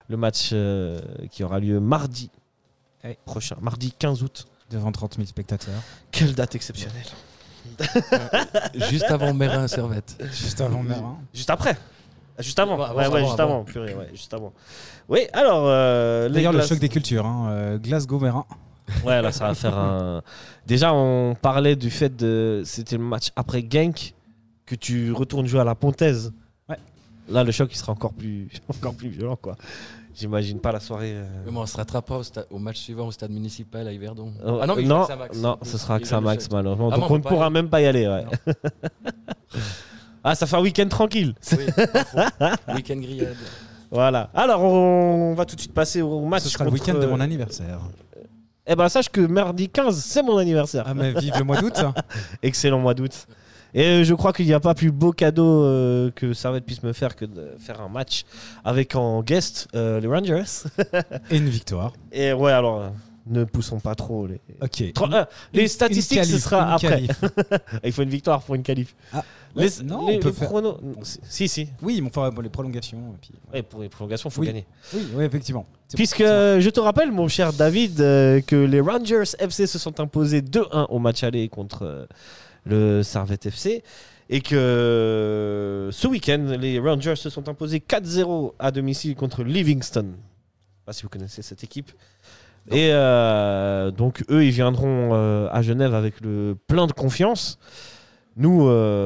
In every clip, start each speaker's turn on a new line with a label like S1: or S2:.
S1: le match qui aura lieu mardi prochain, mardi 15 août.
S2: Devant 30 000 spectateurs.
S1: Quelle date exceptionnelle.
S3: Juste avant Mérin-Servette.
S2: Juste avant Mérin.
S1: Juste après. Juste avant. Juste avant. Purée, juste avant. Oui, alors...
S2: D'ailleurs, le choc des cultures. Glasgow-Mérin.
S1: Ouais, là, ça va faire un... Déjà, on parlait du fait de... C'était le match après Genk, que tu retournes jouer à la Pontaise.
S2: Ouais.
S1: Là, le choc, il sera encore plus violent, quoi. J'imagine pas la soirée...
S3: Mais on se rattrapera au match suivant au stade municipal à Yverdon.
S1: Non, ce sera Xamax, malheureusement. Donc, on ne pourra même pas y aller, ouais. Ah, ça fait un week-end tranquille.
S3: Oui, week-end grillade.
S1: Voilà. Alors, on va tout de suite passer au match.
S2: Ce sera le week-end de mon anniversaire.
S1: Eh ben, sache que mardi 15, c'est mon anniversaire.
S2: Ah, mais vive le mois d'août, ça.
S1: Excellent mois d'août. Et je crois qu'il n'y a pas plus beau cadeau que Servette puisse me faire que de faire un match avec en guest les Rangers.
S2: Et une victoire.
S1: Et ouais, alors, ne poussons pas trop. Les statistiques, ce sera après. Il faut une victoire pour une qualif.
S2: Ah,
S1: les pronos. Si.
S2: Oui, mais enfin, pour les prolongations. Et puis,
S1: ouais, pour les prolongations, il faut gagner.
S2: Oui, effectivement.
S1: Puisque je te rappelle, mon cher David, que les Rangers FC se sont imposés 2-1 au match aller contre le Servette FC. Et que ce week-end, les Rangers se sont imposés 4-0 à domicile contre Livingston. Je ne sais pas si vous connaissez cette équipe. Non. Et donc, eux, ils viendront à Genève avec le plein de confiance. Nous,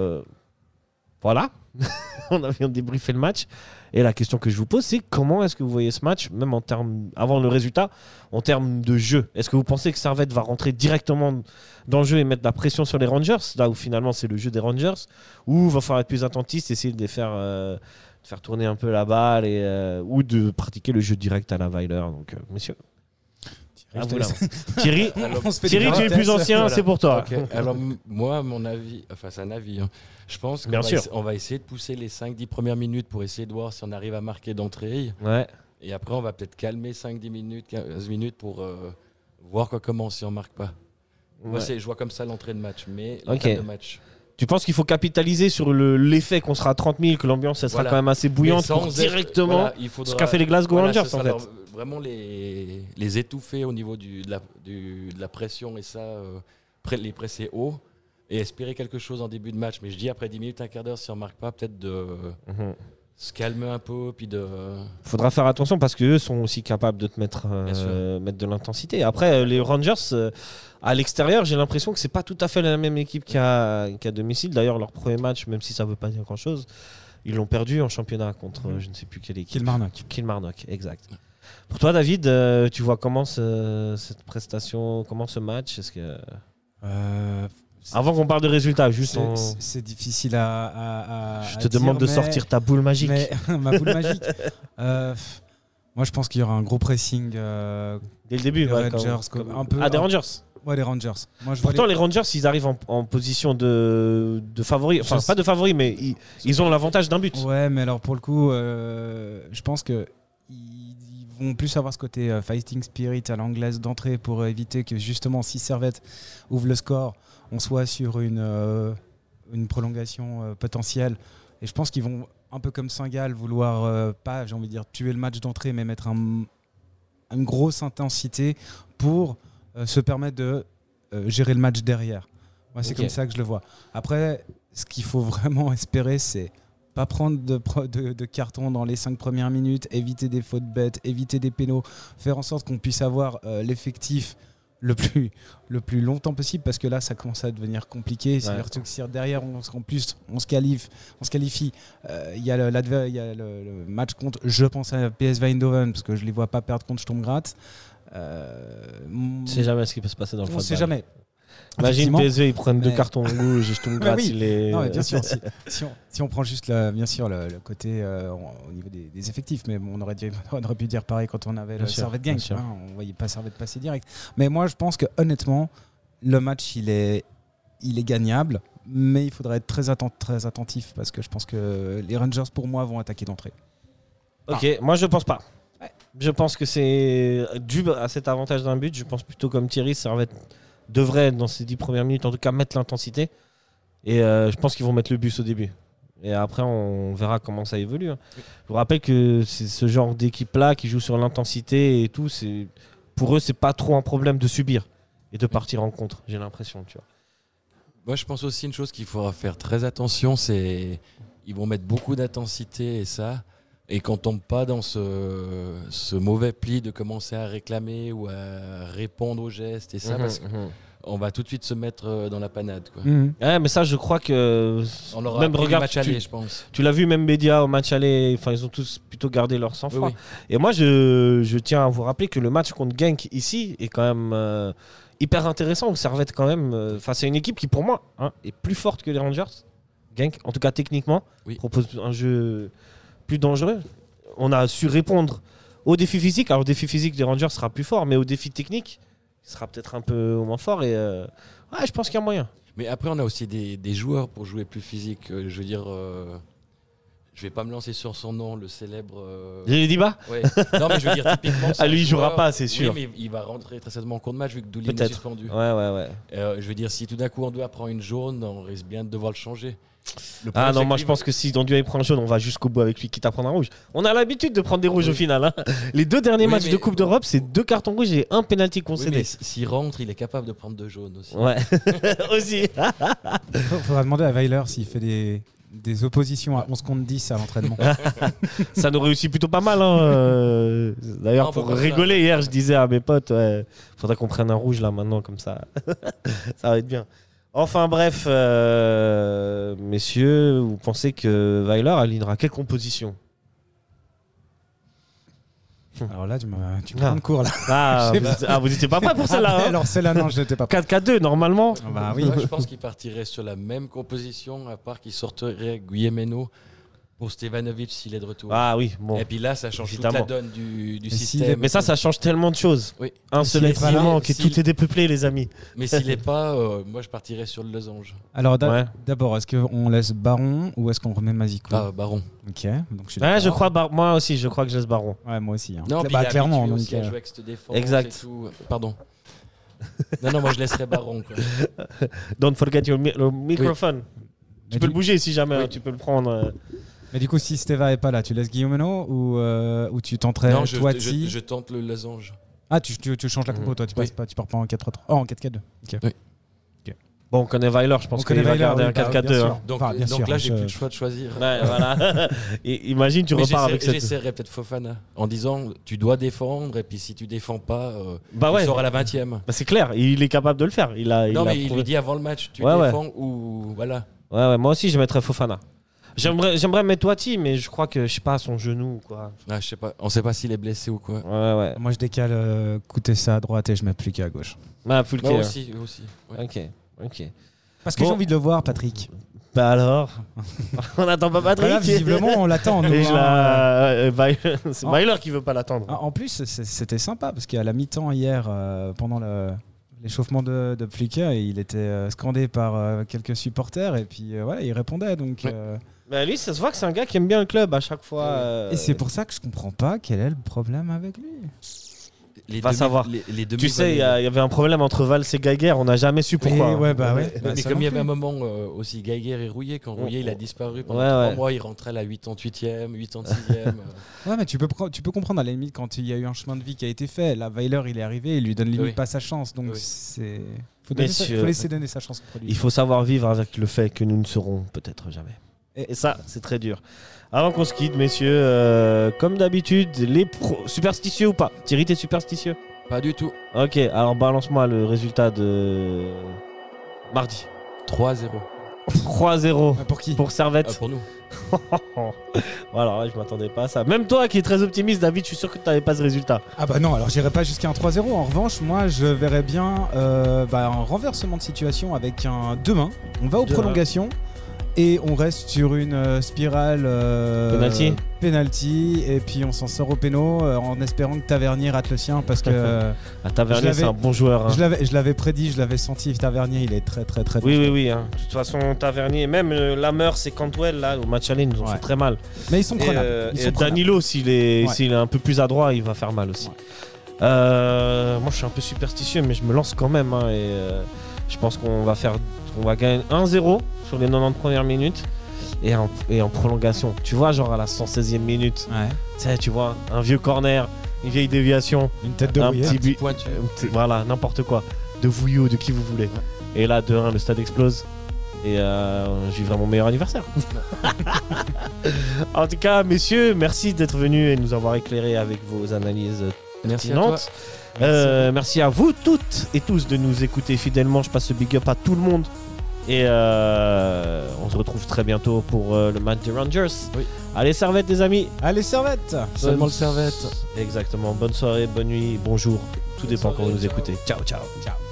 S1: voilà. On vient de débriefer le match. Et la question que je vous pose, c'est comment est-ce que vous voyez ce match, même en termes, avant le résultat, en termes de jeu? Est-ce que vous pensez que Servette va rentrer directement dans le jeu et mettre de la pression sur les Rangers, là où finalement c'est le jeu des Rangers, ou va falloir être plus attentiste, essayer de les faire tourner un peu la balle ou de pratiquer le jeu direct à la Weiler? Donc, messieurs. Thierry, tu es le plus ancien, voilà. C'est pour toi.
S3: Okay. Alors moi, mon avis, enfin c'est un avis, hein. Je pense qu'on va essayer de pousser les 5-10 premières minutes pour essayer de voir si on arrive à marquer d'entrée.
S1: Ouais.
S3: Et après, on va peut-être calmer 5-10 minutes, 15 minutes pour voir comment si on ne marque pas. Ouais. Moi, je vois comme ça l'entrée de match, mais l'entrée de match...
S1: Tu penses qu'il faut capitaliser sur l'effet qu'on sera à 30 000, que l'ambiance sera quand même assez bouillante pour directement ce qu'a fait les Glasgow Rangers en fait.
S3: Vraiment les étouffer au niveau de la pression et ça, les presser haut et espérer quelque chose en début de match. Mais je dis après 10 minutes, un quart d'heure, si on ne marque pas, peut-être de se calmer un peu. Puis
S1: faudra faire attention parce qu'eux sont aussi capables de te mettre de l'intensité. Après, les Rangers, à l'extérieur, j'ai l'impression que c'est pas tout à fait la même équipe qu'à domicile. D'ailleurs, leur premier match, même si ça ne veut pas dire grand-chose, ils l'ont perdu en championnat contre je ne sais plus quelle équipe. Kilmarnock, exact. Pour toi, David, tu vois comment cette prestation, comment ce match? Est-ce que avant qu'on parle de résultats, juste
S2: c'est difficile à
S1: je te demande de sortir ta boule magique.
S2: Ma boule magique. Moi, je pense qu'il y aura un gros pressing dès
S1: le début.
S2: Des Rangers, un peu.
S1: Des Rangers.
S2: Ouais, les Rangers.
S1: Pourtant, les Rangers, ils arrivent en position de favori. Enfin, pas de favori, mais ils ont l'avantage d'un but.
S2: Ouais, mais alors pour le coup, je pense que ils vont plus avoir ce côté fighting spirit à l'anglaise d'entrée pour éviter que justement, si Servette ouvre le score, on soit sur une prolongation potentielle. Et je pense qu'ils vont, un peu comme Saint-Gall, vouloir pas, j'ai envie de dire, tuer le match d'entrée, mais mettre une grosse intensité pour se permettre de gérer le match derrière. Moi, c'est comme ça que je le vois. Après, ce qu'il faut vraiment espérer, c'est pas prendre de carton dans les 5 premières minutes, éviter des fautes bêtes, éviter des pénaux, faire en sorte qu'on puisse avoir l'effectif le plus longtemps possible, parce que là ça commence à devenir compliqué. C'est-à-dire que si derrière on se qualifie, il y a le match contre, je pense à PSV Eindhoven, parce que je les vois pas perdre contre Sturm Graz.
S1: On sait jamais ce qui peut se passer dans le football.
S2: On sait jamais.
S1: Imagine PSV, ils prennent 2 cartons rouges et Sturm Graz,
S2: Non, bien sûr, si on prend juste bien sûr le côté au niveau des effectifs, mais on aurait pu dire pareil quand on avait le Servette Genk, on voyait pas Servette passer direct. Mais moi je pense que honnêtement le match il est gagnable, mais il faudrait être très attentif, parce que je pense que les Rangers pour moi vont attaquer d'entrée.
S1: Ok, moi je pense pas. Ouais. Je pense que c'est dû à cet avantage d'un but. Je pense plutôt comme Thierry, Servette devrait, dans ces 10 premières minutes, en tout cas, mettre l'intensité. Et je pense qu'ils vont mettre le bus au début. Et après, on verra comment ça évolue. Hein. Je vous rappelle que c'est ce genre d'équipe-là qui joue sur l'intensité et tout. Pour eux, c'est pas trop un problème de subir et de partir en contre, j'ai l'impression. Tu vois.
S3: Moi, je pense aussi une chose qu'il faudra faire très attention, c'est ils vont mettre beaucoup d'intensité et ça. Et qu'on tombe pas dans ce mauvais pli de commencer à réclamer ou à répondre aux gestes et ça, parce qu'on va tout de suite se mettre dans la panade. Quoi.
S1: Ouais, mais ça, je crois que.
S3: On aura
S1: même
S3: appris
S1: regarde,
S3: le match aller, je pense.
S1: Tu l'as vu, même Média au match aller, enfin, ils ont tous plutôt gardé leur sang-froid.
S3: Oui.
S1: Et moi, je tiens à vous rappeler que le match contre Genk ici est quand même hyper intéressant. Servette, quand même. C'est une équipe qui, pour moi, est plus forte que les Rangers. Genk, en tout cas techniquement, propose un jeu plus dangereux. On a su répondre aux défis physiques. Alors, le défi physique des Rangers sera plus fort, mais au défi technique, il sera peut-être un peu moins fort. Et je pense qu'il y a moyen.
S3: Mais après, on a aussi des joueurs pour jouer plus physique. Je veux dire, je vais pas me lancer sur son nom, le célèbre.
S1: Diba
S3: Ouais. Non, mais je veux dire, typiquement.
S1: Lui, il jouera pas, c'est sûr.
S3: Oui, mais il va rentrer très certainement en cours de match vu que Doolin est
S1: Peut-être.
S3: suspendu.
S1: Ouais.
S3: Je veux dire, si tout d'un coup on doit prendre une jaune, on risque bien de devoir le changer.
S1: Moi je pense que si Dondieu prend un jaune, on va jusqu'au bout avec lui, quitte à prendre un rouge. On a l'habitude de prendre des rouges au final. Hein. Les 2 derniers matchs de Coupe d'Europe, c'est 2 cartons rouges et 1 penalty concédé.
S3: Oui, s'il rentre, il est capable de prendre 2 jaunes aussi.
S1: Ouais, aussi.
S2: Faudra demander à Weiler s'il fait des oppositions à 11 contre 10 à l'entraînement.
S1: Ça nous réussit plutôt pas mal. Hein. D'ailleurs,
S3: Non,
S1: pour rigoler, hier, je disais à mes potes, faudrait qu'on prenne un rouge là maintenant, comme ça. Ça va être bien. Enfin bref, messieurs, vous pensez que Weiler alignera quelle composition ?
S2: Alors là, tu me prends de cours là.
S1: Vous n'étiez pas prêt pour celle-là hein.
S2: Alors celle-là, non, je n'étais pas prêt.
S1: 4-4-2 normalement.
S2: Bah oui.
S3: Moi, je pense qu'il partirait sur la même composition, à part qu'il sortirait Guillemeno pour Stevanovic s'il est de retour.
S1: Ah oui, bon.
S3: Et puis là, ça change
S1: évidemment.
S3: toute la donne du
S2: Mais
S3: système.
S1: Mais ça change tellement de choses.
S3: Oui.
S1: Un seul être vivant, que tout est dépeuplé, les amis.
S3: Mais s'il n'est pas, moi je partirais sur le losange.
S2: Alors d'abord, est-ce qu'on laisse Baron ou est-ce qu'on remet Mazico ?
S3: Baron.
S2: Ok. Donc je
S1: crois moi aussi, je crois que je laisse Baron.
S2: Ouais, moi aussi. Hein.
S3: Non,
S2: clairement.
S3: Donc,
S2: Donc,
S3: à jouer avec cette défense
S1: exact.
S3: Et tout. Pardon. non, moi je laisserais Baron. Quoi.
S1: Don't forget your microphone.
S2: Oui.
S1: Tu peux le bouger si jamais, tu peux le prendre.
S2: Mais du coup, si Steva est pas là, tu laisses Guillemeno ou tu tenterais Toiti ?
S3: Je tente le losange.
S2: Ah, tu changes la compo, toi, tu pars pas en 4-3-3. Oh, en 4-4-2. Okay.
S3: Oui.
S1: Bon, on connaît Weiler, je pense qu'il va garder un 4-4-2. Hein.
S3: Donc là, j'ai plus le choix de choisir.
S1: Ouais, voilà. Et imagine, tu repars avec cette.
S3: J'essaierai peut-être Fofana en disant tu dois défendre et puis si tu défends pas, tu sors à la 20e.
S1: C'est clair, il est capable de le faire.
S3: Il lui dit avant le match tu défends ou voilà.
S1: Ouais, moi aussi je mettrais Fofana. J'aimerais mettre Toiti, mais je crois que je sais pas son genou ou quoi.
S3: Ah, je sais pas, on sait pas s'il est blessé ou quoi.
S1: Ouais.
S2: Moi je décale Koutessa à droite et je mets Pulke à gauche.
S1: Pulke.
S3: Moi aussi.
S1: Ouais. Ok.
S2: Parce que j'ai envie de le voir, Patrick.
S1: Bah alors, on n'attend pas Patrick.
S2: Voilà, visiblement, on l'attend. Nous,
S1: c'est Weiler qui veut pas l'attendre.
S2: En plus, c'était sympa parce qu'à la mi-temps hier, pendant l'échauffement de Pulke, il était scandé par quelques supporters et puis il répondait. Donc,
S1: Mais lui, ça se voit que c'est un gars qui aime bien le club à chaque fois.
S2: Et c'est pour ça que je comprends pas quel est le problème avec lui.
S1: Va savoir. Tu sais, il y avait un problème entre Valls et Geiger, on n'a jamais su pourquoi.
S3: Mais comme il y avait un moment aussi, Geiger et Rouillet, quand Rouillet il a disparu pendant 3 mois, il rentrait à la 88e, 86e.
S2: Ouais, mais tu peux comprendre à la limite quand il y a eu un chemin de vie qui a été fait. Là, Weiler, il est arrivé, il lui donne limite pas sa chance. Donc faut laisser donner sa chance au produit.
S1: Il faut savoir vivre avec le fait que nous ne serons peut-être jamais. Et ça, c'est très dur. Avant qu'on se quitte, messieurs, comme d'habitude, les superstitieux ou pas ? Thierry, t'es superstitieux ?
S3: Pas du tout.
S1: Ok, alors balance-moi le résultat de mardi.
S3: 3-0.
S1: 3-0.
S2: Pour qui ?
S1: Pour Servette.
S3: Pour nous.
S1: Voilà, je m'attendais pas à ça. Même toi qui es très optimiste, David, je suis sûr que tu n'avais pas ce résultat.
S2: Ah bah non, alors j'irai pas jusqu'à un 3-0. En revanche, moi je verrais bien un renversement de situation avec un 2-1. On va aux prolongations. Et on reste sur une spirale penalty et puis on s'en sort au péno en espérant que Tavernier rate le sien parce que
S1: Tavernier c'est un bon joueur. Hein.
S2: Je l'avais prédit, je l'avais senti. Tavernier il est très très très.
S1: Oui. Hein. De toute façon Tavernier, même Lammers et Cantwell là au match aller nous ont fait très mal.
S2: Mais ils sont prenables.
S1: Danilo s'il est un peu plus adroit, il va faire mal aussi. Ouais. Moi je suis un peu superstitieux mais je me lance quand même hein, et je pense qu'on va gagner 1-0 sur les 90 premières minutes. et en prolongation. Tu vois, genre à la 116e minute,
S2: Ouais.
S1: tu sais, tu vois, un vieux corner, une vieille déviation,
S2: Une tête de
S1: un
S2: bruyère.
S1: petit but,
S3: Pointu.
S1: voilà, n'importe quoi, de Vouillot, de qui vous voulez. Et là, 2-1, le stade explose. Et je vivrai mon meilleur anniversaire. En tout cas, messieurs, merci d'être venus et nous avoir éclairés avec vos analyses
S3: Merci à toi.
S1: pertinentes. Merci à vous toutes et tous de nous écouter fidèlement. Je passe ce big up à tout le monde. Et on se retrouve très bientôt pour le match des Rangers.
S3: Oui.
S1: Allez, servette, les amis.
S2: Allez, servette.
S3: Seulement le Servette.
S1: Exactement. Bonne soirée, bonne nuit, bonjour. Tout dépend
S3: soirée,
S1: quand vous nous
S3: ciao.
S1: écoutez. Ciao, ciao.
S2: Ciao.